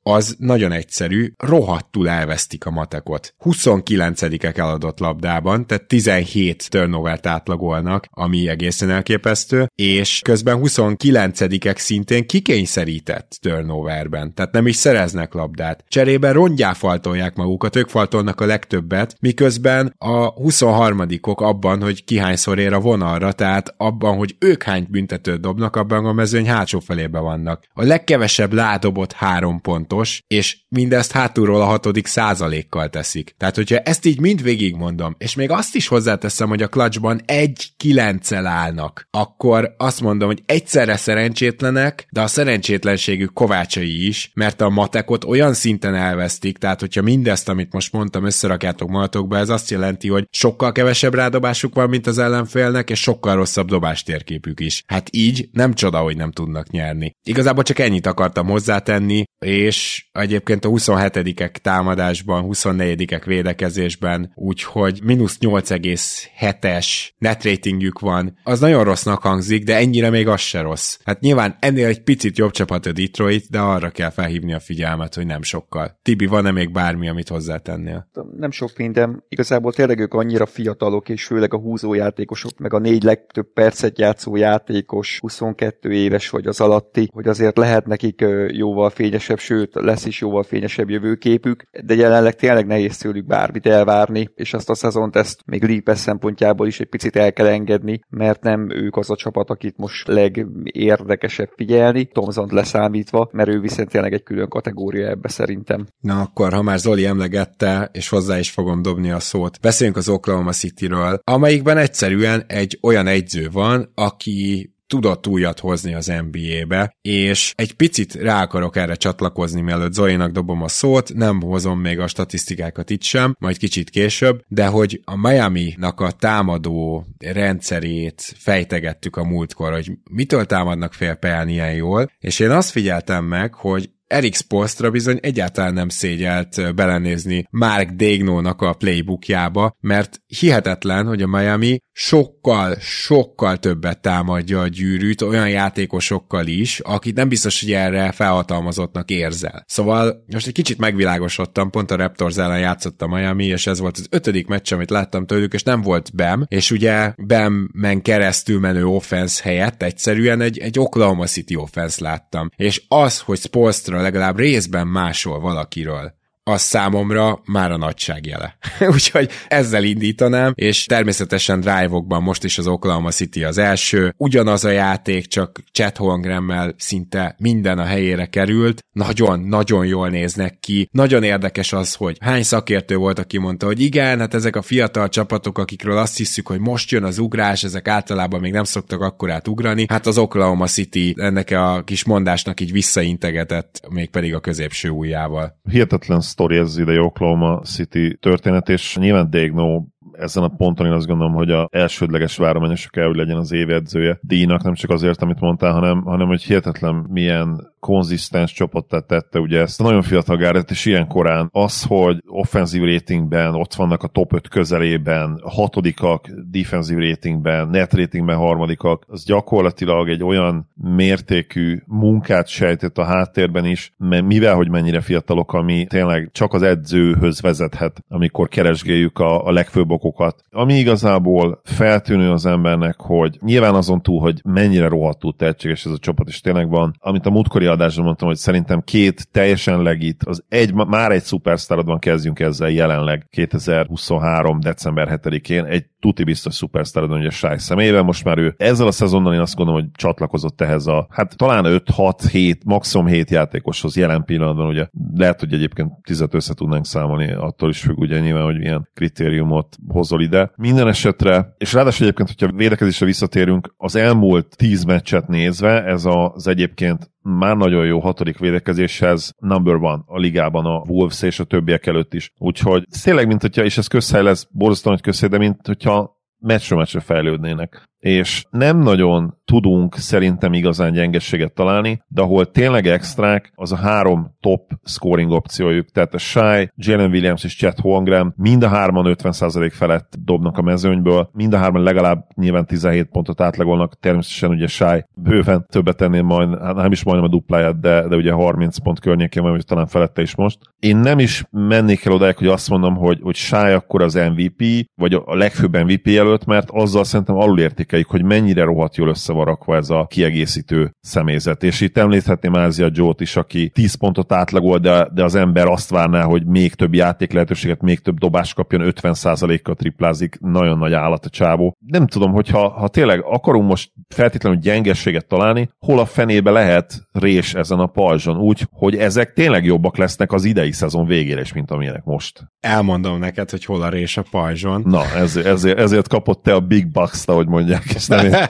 Speaker 4: az nagyon egyszerű, rohadtul elvesztik a matekot. 29-ek eladott labdában, tehát 17 turnovert átlagolnak, ami egészen elképesztő, és közben 29-ek szintén kikényszerített turnoverben, tehát nem is szereznek labdát. Cserében rongyáfaltolják magukat, ők faltolnak a legtöbbet, miközben a 23-ok abban, hogy ki hányszor ér a vonalra, tehát abban, hogy ők hány büntetőt dobnak, abban a mezőny hátsó felébe vannak. A legkevesebb ládobott 3 pontos, és mindezt hátulról a 6. százalékkal teszik. Tehát, hogyha ezt így mind végigmondom, és még azt is hozzáteszem, hogy a clutchban 1-9-el állnak, akkor azt mondom, hogy egyszerre szerencsétlenek, de a szerencsétlenségük kovácsai is, mert a matekot olyan szinten elvesztik, tehát hogyha mindezt, amit most mondtam, összerakjátok magatokba, ez azt jelenti, hogy sokkal kevesebb rádobásuk van, mint az ellenfélnek, és sokkal rosszabb dobástérképük is. Hát így nem csoda, hogy nem tudnak nyerni. Igazából csak ennyit akartam hozzátenni, és egyébként a 27-ek támadásban, 24-ek védekezésben, úgyhogy -8,7-es net ratingjük van. Az nagyon rossznak hangzik, de ennyire még az se rossz. Hát nyilván ennél egy picit jobb csapat a Detroit, de arra kell felhívni a figyelmet, hogy nem sokkal. Tibi, van-e még bármi, amit hozzátennél?
Speaker 6: Nem sok minden. Igazából tényleg ők annyira fiatalok, és főleg a húzójátékosok, meg a 4 legtöbb percet játszó játékos, 22 éves vagy az alatti, hogy azért lehet nekik jóval fényesebb, sőt, lesz is jóval fényesebb jövőképük, de jelenleg tényleg nehéz tőlük bármit elvárni, és azt a szezont ezt még Leapes szempontjából is egy picit el kell engedni, mert nem ők az a csapat, akit most legérdekesebb figyelni, Thompsont leszámítva, mert ő viszont tényleg egy külön kategória ebbe szerintem.
Speaker 4: Na akkor, ha már Zoli emlegette, és hozzá is fogom dobni a szót, beszéljünk az Oklahoma Cityről, amelyikben egyszerűen egy olyan egyző van, aki tudott újat hozni az NBA-be, és egy picit rá akarok erre csatlakozni, mielőtt Zolinak dobom a szót, nem hozom még a statisztikákat itt sem, majd kicsit később, de hogy a Miami-nak a támadó rendszerét fejtegettük a múltkor, hogy mitől támadnak félpályán ilyen jól, és én azt figyeltem meg, hogy Eric Spoelstra bizony egyáltalán nem szégyelt belenézni Mark Daigneault-nak a playbookjába, mert hihetetlen, hogy a Miami sokkal többet támadja a gyűrűt olyan játékosokkal is, akit nem biztos, hogy erre felhatalmazottnak érzel. Szóval most egy kicsit megvilágosodtam, pont a Raptors ellen játszott a Miami, és ez volt az 5. meccs, amit láttam tőlük, és nem volt Bam, és ugye Bam-men keresztül menő offense helyett egyszerűen egy Oklahoma City offense láttam. És az, hogy Spoelstra legalább részben másol valakiről, az számomra már a nagyság jele. Úgyhogy ezzel indítanám, és természetesen drive-okban most is az Oklahoma City az első. Ugyanaz a játék, csak Chet Holmgremmel szinte minden a helyére került. Nagyon jól néznek ki. Nagyon érdekes az, hogy hány szakértő volt, aki mondta, hogy igen, hát ezek a fiatal csapatok, akikről azt hiszük, hogy most jön az ugrás, ezek általában még nem szoktak akkorát ugrani. Hát az Oklahoma City ennek a kis mondásnak így visszaintegetett, mégpedig a középső ujjával.
Speaker 5: Hihetetlen sztori ez az idei Oklahoma City történet, és nyilván Daigneault ezen a ponton én azt gondolom, hogy az elsődleges várományosa kell, hogy legyen az év edzője díjnak, nem csak azért, amit mondtál, hanem hogy hihetetlen milyen konzisztens csapattá tette ugye ezt a nagyon fiatal gárdát, és ilyen korán az, hogy offenzív ratingben ott vannak a top 5 közelében, 6-ak defensív ratingben, net ratingben 3-ak, az gyakorlatilag egy olyan mértékű munkát sejtett a háttérben is, mivel, hogy mennyire fiatalok, ami tényleg csak az edzőhöz vezethet, amikor keresgéljük a legfőbb okokat. Ami igazából feltűnő az embernek, hogy nyilván azon túl, hogy mennyire rohadtul tehetséges ez a csapat, és tényleg van, amit a múltkori adásban mondtam, hogy szerintem 2 teljesen legit, már egy szupersztárodban kezdjünk ezzel jelenleg 2023. december 7-én, egy tuti biztos szupersztárodban, ugye Shai személyében, most már ő ezzel a szezonnal én azt gondolom, hogy csatlakozott ehhez hát talán 5-6-7, maximum 7 játékoshoz jelen pillanatban, ugye lehet, hogy egyébként 10-et össze tudnánk számolni, attól is függ ugye nyilván, hogy milyen kritériumot hozol ide. Minden esetre, és ráadásul egyébként, hogyha védekezésre visszatérünk, az elmúlt 10 meccset nézve, ez az egyébként már nagyon jó 6. védekezéshez number one a ligában a Wolves és a többiek előtt is. Úgyhogy tényleg, mint hogyha, és ez közhely lesz, borzasztóan nagy közhely, de mint hogyha meccsről meccsre fejlődnének. és nem nagyon tudunk szerintem igazán gyengeséget találni, de ahol tényleg extrák, az a 3 top scoring opciójuk, tehát a Shai, Jalen Williams és Chet Holmgren mind a 3-an 50% felett dobnak a mezőnyből, mind a 3-an legalább nyilván 17 pontot átlagolnak, természetesen ugye Shai bőven többet tennél majd, hát nem is majdnem a dupláját, de ugye 30 pont környékén van, vagy talán felette is most. Én nem is mennék el odáig, hogy azt mondom, hogy Shai akkor az MVP, vagy a legfőbb MVP jelölt, mert azzal szerintem alulértékeljük, hogy mennyire rohadt jól össze van rakva ez a kiegészítő személyzet. És itt említhetném Ázia Joe-t is, aki 10 pontot átlagol, de az ember azt várná, hogy még több játék lehetőséget, még több dobást kapjon, 50%-kal triplázik, nagyon nagy állat a csávó. Nem tudom, hogyha tényleg akarunk most feltétlenül gyengességet találni, hol a fenébe lehet rés ezen a pajzson, úgy, hogy ezek tényleg jobbak lesznek az idei szezon végére is, mint amilyenek most.
Speaker 4: Elmondom neked, hogy hol a rés a pajzson.
Speaker 5: Na, ezért kapott te a Big Bucks-t, ahogy mondják, és nem én.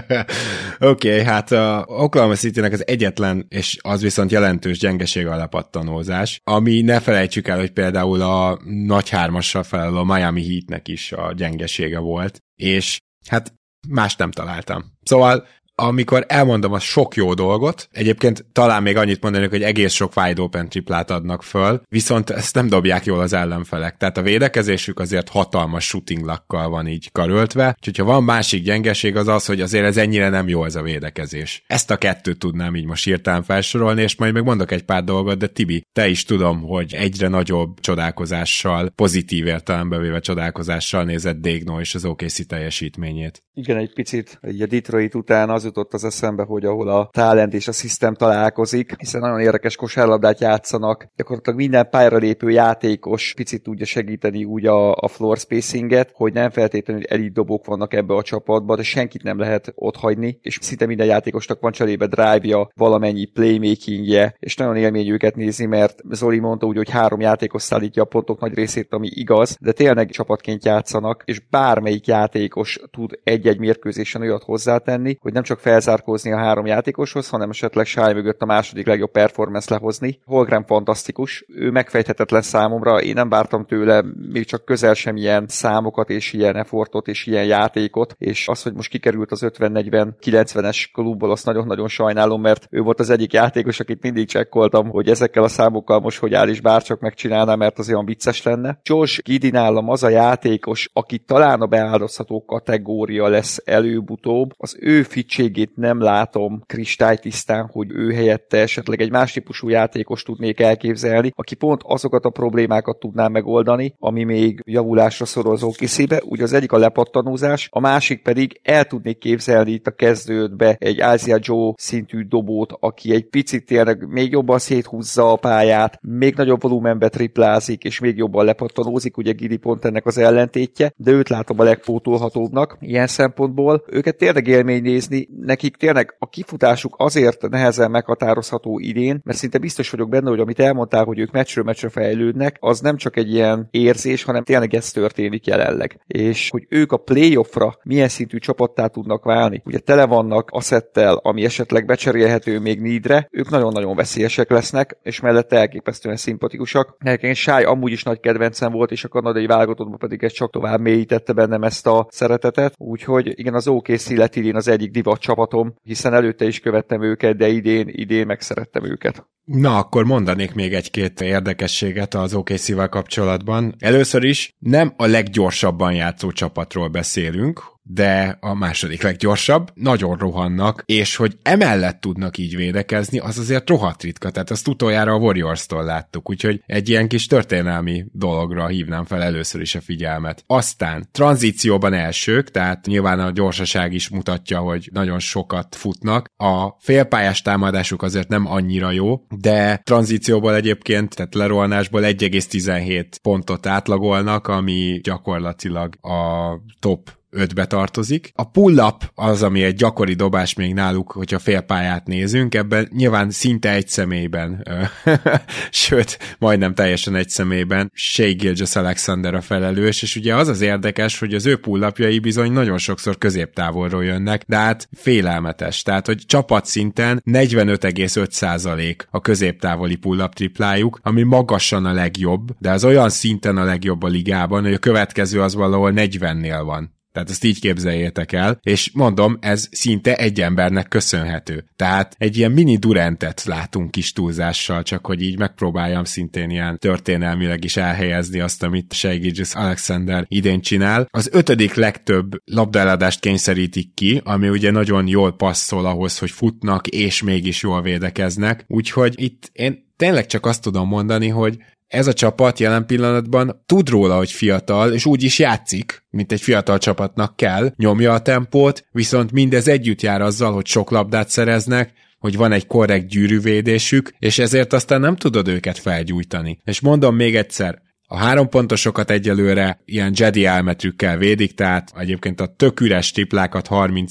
Speaker 4: Oké, hát a Oklahoma City-nek az egyetlen, és az viszont jelentős gyengeség a lepattanózás, ami ne felejtsük el, hogy például a nagy hármassal felel a Miami Heatnek is a gyengesége volt, és hát más nem találtam. Szóval amikor elmondom a sok jó dolgot, egyébként talán még annyit mondanék, hogy egész sok wide open triplát adnak föl, viszont ezt nem dobják jól az ellenfelek. Tehát a védekezésük azért hatalmas shooting luckkal van így karöltve, úgyhogy ha van másik gyengeség az az, hogy azért ez ennyire nem jó ez a védekezés. Ezt a kettőt tudnám így most hirtelen felsorolni, és majd meg mondok egy pár dolgot, de Tibi, te is tudom, hogy egyre nagyobb csodálkozással, pozitív értelembe véve csodálkozással nézett Dégno és az OKC teljesítményét.
Speaker 6: Igen, egy picit így a Detroit után az jutott az eszembe, hogy ahol a talent és a system találkozik, hiszen nagyon érdekes kosárlabdát játszanak, gyakorlatilag minden pályára lépő játékos picit tudja segíteni úgy a floor spacinget, hogy nem feltétlenül elit dobók vannak ebbe a csapatba, de senkit nem lehet otthagyni, és szinte minden játékosnak van cserébe drive-ja, valamennyi playmakingje, és nagyon élmény őket nézni, mert Zoli mondta úgy, hogy 3 játékos szállítja a pontok nagy részét, ami igaz, de tényleg csapatként játszanak, és bármelyik játékos tud egy-egy mérkőzésen olyat hozzátenni, hogy nem csak felzárkózni a 3 játékoshoz, hanem esetleg Shai mögött a második legjobb performance lehozni. Holmgren fantasztikus, ő megfejthetetlen számomra, én nem vártam tőle még csak közel sem ilyen számokat és ilyen effortot és ilyen játékot, és az, hogy most kikerült az 50-40-90-es klubból, azt nagyon-nagyon sajnálom, mert ő volt az egyik játékos, akit mindig csekkoltam, hogy ezekkel a számokkal most hogy áll, és bárcsak megcsinálná, mert az olyan vicces lenne. Josh Giddey nálam az a játékos, aki talán a beáldozható kategória lesz előbb-utóbb, az ő fitségét nem látom kristálytisztán, hogy ő helyette esetleg egy más típusú játékos tudnék elképzelni, aki pont azokat a problémákat tudná megoldani, ami még javulásra szorul az OKC-be. Ugye az egyik a lepattanózás, a másik pedig el tudnék képzelni itt a kezdődbe egy Ázia Joe szintű dobót, aki egy picit tényleg még jobban széthúzza a pályát, még nagyobb volumenbe triplázik, és még jobban lepattanózik, ugye Giddey pont ennek az ellentétje, de őt látom a legpótolhatóbbnak ilyen szempontból. Őket tényleg élmény nézni, nekik tényleg a kifutásuk azért nehezen meghatározható idén, mert szinte biztos vagyok benne, hogy amit elmondtál, hogy ők meccsről meccsre fejlődnek, az nem csak egy ilyen érzés, hanem tényleg ez történik jelenleg. És hogy ők a playoffra milyen szintű csapattá tudnak válni. Ugye tele vannak asszettel, ami esetleg becserélhető még needre, ők nagyon-nagyon veszélyesek lesznek, és mellette elképesztően szimpatikusak. Nekem Shai amúgy is nagy kedvencem volt, és a kanadai válogatottban pedig ez csak tovább mélyítette bennem ezt a szeretetet. Úgyhogy igen, az OKC lett idén az egyik divat csapatom, hiszen előtte is követtem őket, de idén megszerettem őket.
Speaker 4: Na, akkor mondanék még egy-két érdekességet az OKC-vel kapcsolatban. Először is nem a leggyorsabban játszó csapatról beszélünk, de a második leggyorsabb, nagyon rohannak, és hogy emellett tudnak így védekezni, az azért rohadt ritka, tehát azt utoljára a Warriors-tól láttuk, úgyhogy egy ilyen kis történelmi dologra hívnám fel először is a figyelmet. Aztán tranzícióban elsők, tehát nyilván a gyorsaság is mutatja, hogy nagyon sokat futnak. A félpályás támadásuk azért nem annyira jó, de tranzícióból egyébként, tehát lerohanásból 1,17 pontot átlagolnak, ami gyakorlatilag a top 5-be tartozik. A pull-up az, ami egy gyakori dobás még náluk, hogyha félpályát nézünk, ebben nyilván szinte egy személyben, sőt, majdnem teljesen egy személyben Shai Gilgeous-Alexander a felelős, és ugye az az érdekes, hogy az ő pull-upjai bizony nagyon sokszor középtávolról jönnek, de hát félelmetes. Tehát, hogy csapatszinten 45,5% a középtávoli pull-up triplájuk, ami magasan a legjobb, de az olyan szinten a legjobb a ligában, hogy a következő az valahol 40-nél van. Tehát ezt így képzeljétek el, és mondom, ez szinte egy embernek köszönhető. Tehát egy ilyen mini Durantet látunk kis túlzással, csak hogy így megpróbáljam szintén ilyen történelmileg is elhelyezni azt, amit Shai Gilgeous-Alexander idén csinál. Az 5. legtöbb labdaeladást kényszerítik ki, ami ugye nagyon jól passzol ahhoz, hogy futnak, és mégis jól védekeznek. Úgyhogy itt én tényleg csak azt tudom mondani, hogy ez a csapat jelen pillanatban tud róla, hogy fiatal, és úgy is játszik, mint egy fiatal csapatnak kell, nyomja a tempót, viszont mindez együtt jár azzal, hogy sok labdát szereznek, hogy van egy korrekt gyűrűvédésük, és ezért aztán nem tudod őket felgyújtani. És mondom még egyszer, a 3 pontosokat egyelőre ilyen Jedi elmetrükkel védik, tehát egyébként a tök üres triplákat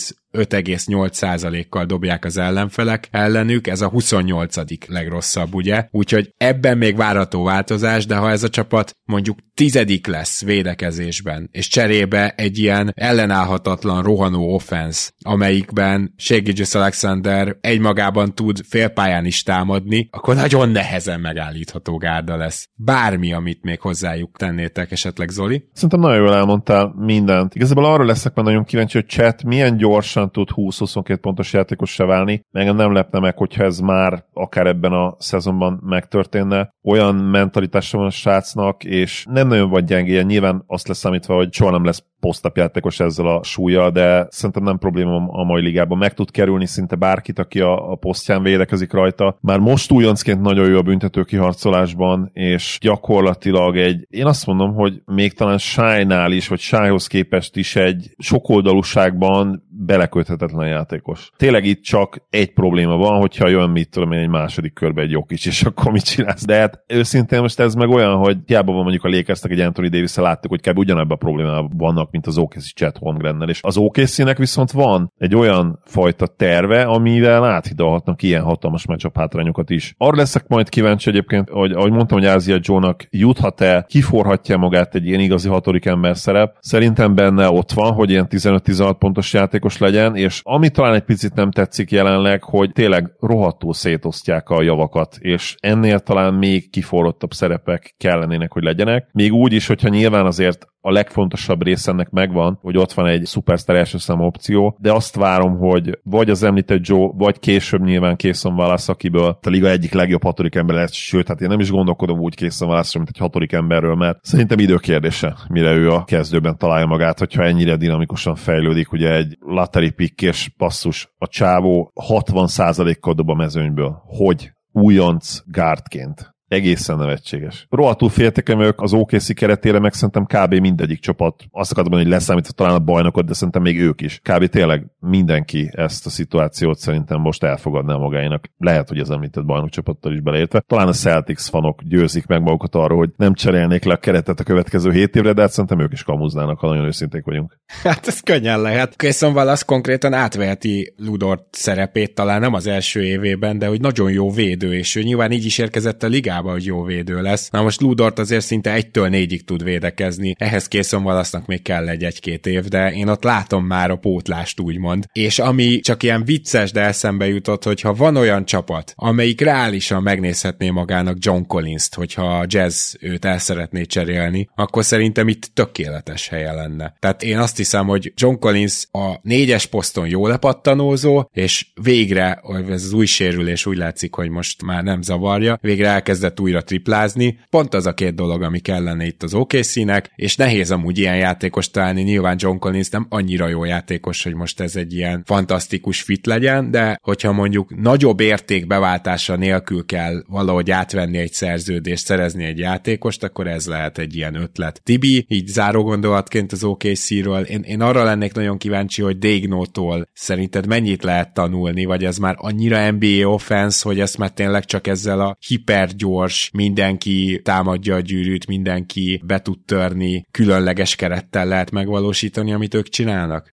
Speaker 4: 35,8%-kal dobják az ellenfelek ellenük, ez a 28. legrosszabb, ugye? Úgyhogy ebben még várható változás, de ha ez a csapat mondjuk 10. lesz védekezésben, és cserébe egy ilyen ellenállhatatlan rohanó offense, amelyikben Shai Gilgeous-Alexander egymagában tud félpályán is támadni, akkor nagyon nehezen megállítható gárda lesz. Bármi, amit még hozzájuk tennétek, esetleg Zoli?
Speaker 5: Szerintem nagyon jól elmondtál mindent. Igazából arra leszek már nagyon kíváncsi, hogy Chet milyen gyorsan tud 20-22 pontos játékossá válni. Engem nem lepne meg, hogyha ez már akár ebben a szezonban megtörténne. Olyan mentalitása van a srácnak, és nem nagyon vagy gyengéje. Nyilván azt leszámítva, hogy soha nem lesz posztap játékos ezzel a súlya, de szerintem nem probléma a mai ligában. Meg tud kerülni szinte bárkit, aki a posztján védekezik rajta. Már most újoncként nagyon jó a büntető kiharcolásban, és gyakorlatilag én azt mondom, hogy még talán Shai-nál is, vagy Shaihoz képest is egy sokoldalúságban beleköthetetlen játékos. Tényleg itt csak egy probléma van, hogyha jön, mit tudom én, egy második körbe egy Jokic, és akkor mit csinálsz? De hát őszintén most ez meg olyan, hogy hiába van mondjuk a Lakersnek egy Anthony Davis-szel, láttuk, hogy kb. Ugyanebben a problémában vannak, mint az OKC Chet Holmgrennel, és az OKC-nek viszont van egy olyan fajta terve, amivel áthidalhatnak ilyen hatalmas matchup hátrányokat is. Arra leszek majd kíváncsi egyébként, hogy ahogy mondtam, hogy Ázia Joe-nak juthat-e, kiforhatja magát egy ilyen igazi 6. ember szerep. Szerintem benne ott van, hogy ilyen 15-16 pontos játékos legyen, és ami talán egy picit nem tetszik jelenleg, hogy tényleg rohadtul szétosztják a javakat, és ennél talán még kiforrottabb szerepek kellenének, hogy legyenek. Még úgy is, hogyha nyilván azért a legfontosabb rész ennek megvan, hogy ott van egy szupersztár első számú opció, de azt várom, hogy vagy az említett Joe, vagy később nyilván Cason Wallace, akiből a liga egyik legjobb 6. ember lesz, sőt, hát én nem is gondolkodom úgy Cason Wallace-ra, mint egy 6. emberről, mert szerintem időkérdése, mire ő a kezdőben találja magát, hogyha ennyire dinamikusan fejlődik, ugye egy lottery pick és passzus, a csávó 60%-kal dob a mezőnyből. Hogy? Újonc gárdként. Egészen nevetséges. Rohadtul féltekem ők az OKC keretére, meg szerintem kb. Mindegyik csapat, azt akartam mondani, hogy leszámítva talán a bajnokot, de szerintem még ők is. Kb. Tényleg mindenki ezt a szituációt szerintem most elfogadná magáinak. Lehet, hogy az említett bajnokcsapattal is beleértve. Talán a Celtics fanok győzik meg magukat arról, hogy nem cserélnék le a keretet a következő 7 évre, de hát szerintem ők is kamuznának, ha nagyon őszinték vagyunk.
Speaker 4: Hát ez könnyen lehet. Cason Wallace konkrétan átveheti Lu Dort szerepét, talán nem az első évében, de hogy nagyon jó védő, és ő nyilván így is érkezett a ligába, hogy jó védő lesz. Na most Lu Dort azért szinte 1-től 4-ig tud védekezni. Ehhez Cason Wallace-nak még kell egy-két év, de én ott látom már a pótlást, úgymond. És ami csak ilyen vicces, de eszembe jutott, hogyha van olyan csapat, amelyik reálisan megnézhetné magának John Collins-t, hogyha a Jazz őt el szeretné cserélni, akkor szerintem itt tökéletes helye lenne. Tehát én azt hiszem, hogy John Collins a 4-es poszton jó lepattanózó, és végre, ez az új sérülés úgy látszik, hogy most már nem zavarja, végre elkezdett újra triplázni. Pont az a 2 dolog, ami kellene itt az OKC-nek, és nehéz amúgy ilyen játékos találni. Nyilván John Collins nem annyira jó játékos, hogy most ez egy ilyen fantasztikus fit legyen, de hogyha mondjuk nagyobb értékbeváltása nélkül kell valahogy átvenni egy szerződést, szerezni egy játékost, akkor ez lehet egy ilyen ötlet. Tibi, így záró gondolatként az OKC-ről, én arra lennék nagyon kíváncsi, hogy Daigneautól szerinted mennyit lehet tanulni, vagy ez már annyira NBA offense, hogy ezt már tényleg csak ezzel a hipergyors, mindenki támadja a gyűrűt, mindenki be tud törni, különleges kerettel lehet megvalósítani, amit ők csinálnak?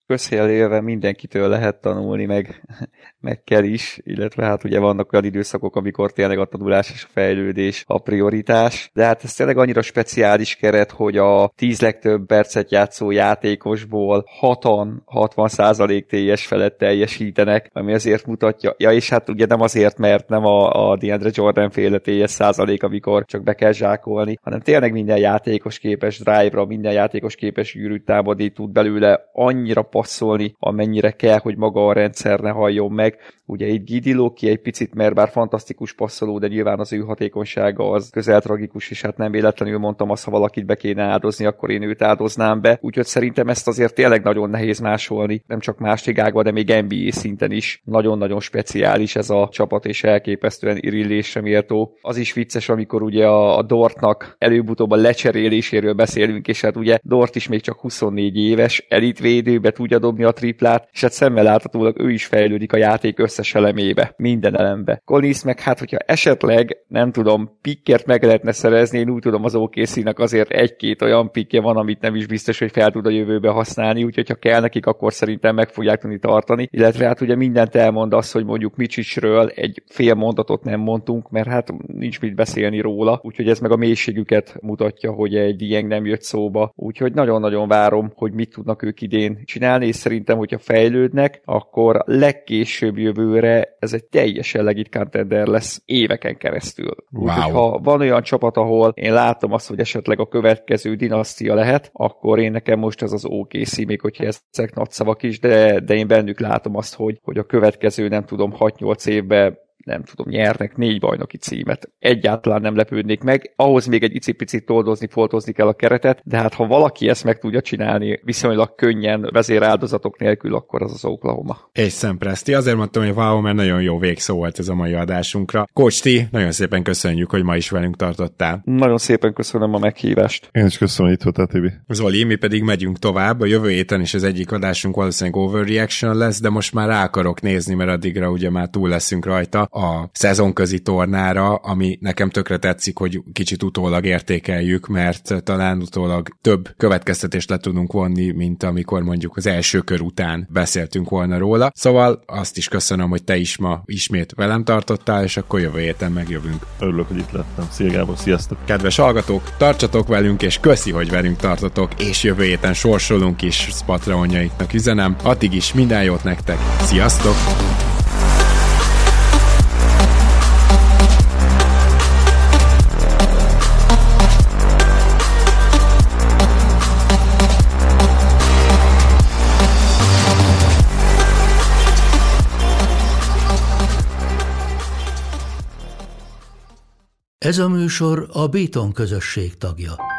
Speaker 6: közhelyel élve mindenkitől lehet tanulni, meg kell is, illetve hát ugye vannak olyan időszakok, amikor tényleg a tanulás és a fejlődés a prioritás, de hát ez tényleg annyira speciális keret, hogy a 10 legtöbb percet játszó játékosból 60% TS felett teljesítenek, ami azért mutatja, ja és hát ugye nem azért, mert nem a DeAndre Jordan féle TS százalék, amikor csak be kell zsákolni, hanem tényleg minden játékos képes drive-ra, minden játékos képes gyűrűt támadni, tud belőle annyira passzolni, amennyire kell, hogy maga a rendszer ne halljon meg. Ugye itt Giddey Loki egy picit, mert bár fantasztikus passzoló, de nyilván az ő hatékonysága az közel tragikus, és hát nem véletlenül mondtam azt, ha valakit be kéne áldozni, akkor én őt áldoznám be. Úgyhogy szerintem ezt azért tényleg nagyon nehéz másolni, nem csak más ligákban, de még NBA szinten is. Nagyon-nagyon speciális ez a csapat, és elképesztően irillésre méltó. Az is vicces, amikor ugye a Dortnak előbb-utóbb a lecseréléséről beszélünk, és hát ugye Dort is még csak 24 éves, elitvédőbe tudja dobni a triplát, és hát szemmel láthatólag ő is fejlődik a játék összes elemébe, minden elembe. Collins meg hát, hogyha esetleg, nem tudom, pikkert meg lehetne szerezni, én úgy tudom, az OKC-nak azért egy-két olyan pikkje van, amit nem is biztos, hogy fel tud a jövőbe használni, úgyhogy ha kell nekik, akkor szerintem meg fogják tudni tartani, illetve hát ugye mindent elmond az, hogy mondjuk Micicsről egy fél mondatot nem mondtunk, mert hát nincs mit beszélni róla, úgyhogy ez meg a mélységüket mutatja, hogy egy Dieng nem jött szóba, úgyhogy nagyon-nagyon várom, hogy mit tudnak ők idén csinálni, és szerintem, hogyha fejlődnek, akkor legkésőbb jövőre ez egy teljesen legit contender lesz éveken keresztül.
Speaker 4: Wow.
Speaker 6: Úgyhogy ha van olyan csapat, ahol én látom azt, hogy esetleg a következő dinasztia lehet, akkor én nekem most ez az OKC, még hogyha ezek nagy szavak is, de én bennük látom azt, hogy a következő, nem tudom, 6-8 évben nem tudom, nyernek 4 bajnoki címet. Egyáltalán nem lepődnék meg. Ahhoz még egy icipicit foltozni kell a keretet, de hát ha valaki ezt meg tudja csinálni viszonylag könnyen, vezéráldozatok nélkül, akkor az Oklahoma.
Speaker 4: És Szempreszti. Azért mondtam, hogy wow, mert nagyon jó végszó volt ez a mai adásunkra. Coach T, nagyon szépen köszönjük, hogy ma is velünk tartottál.
Speaker 6: Nagyon szépen köszönöm a meghívást.
Speaker 5: Én is köszönöm, hogy itt voltál, Tibi.
Speaker 4: Zoli, mi pedig megyünk tovább. A jövő héten is az egyik adásunk valószínűleg overreaction lesz, de most már rá akarok nézni, mert addigra ugye már túl leszünk rajta a szezonközi tornára, ami nekem tökre tetszik, hogy kicsit utólag értékeljük, mert talán utólag több következtetést le tudunk vonni, mint amikor mondjuk az első kör után beszéltünk volna róla. Szóval azt is köszönöm, hogy te is ma ismét velem tartottál, és akkor jövő héten megjövünk.
Speaker 5: Örülök, hogy itt lettem. Szia Gábor, sziasztok!
Speaker 4: Kedves hallgatók, tartsatok velünk, és köszi, hogy velünk tartotok, és jövő héten sorsolunk is Patreonjaiknak üzenem. Addig is minden jót nektek. Sziasztok!
Speaker 1: Ez a műsor a Béton közösség tagja.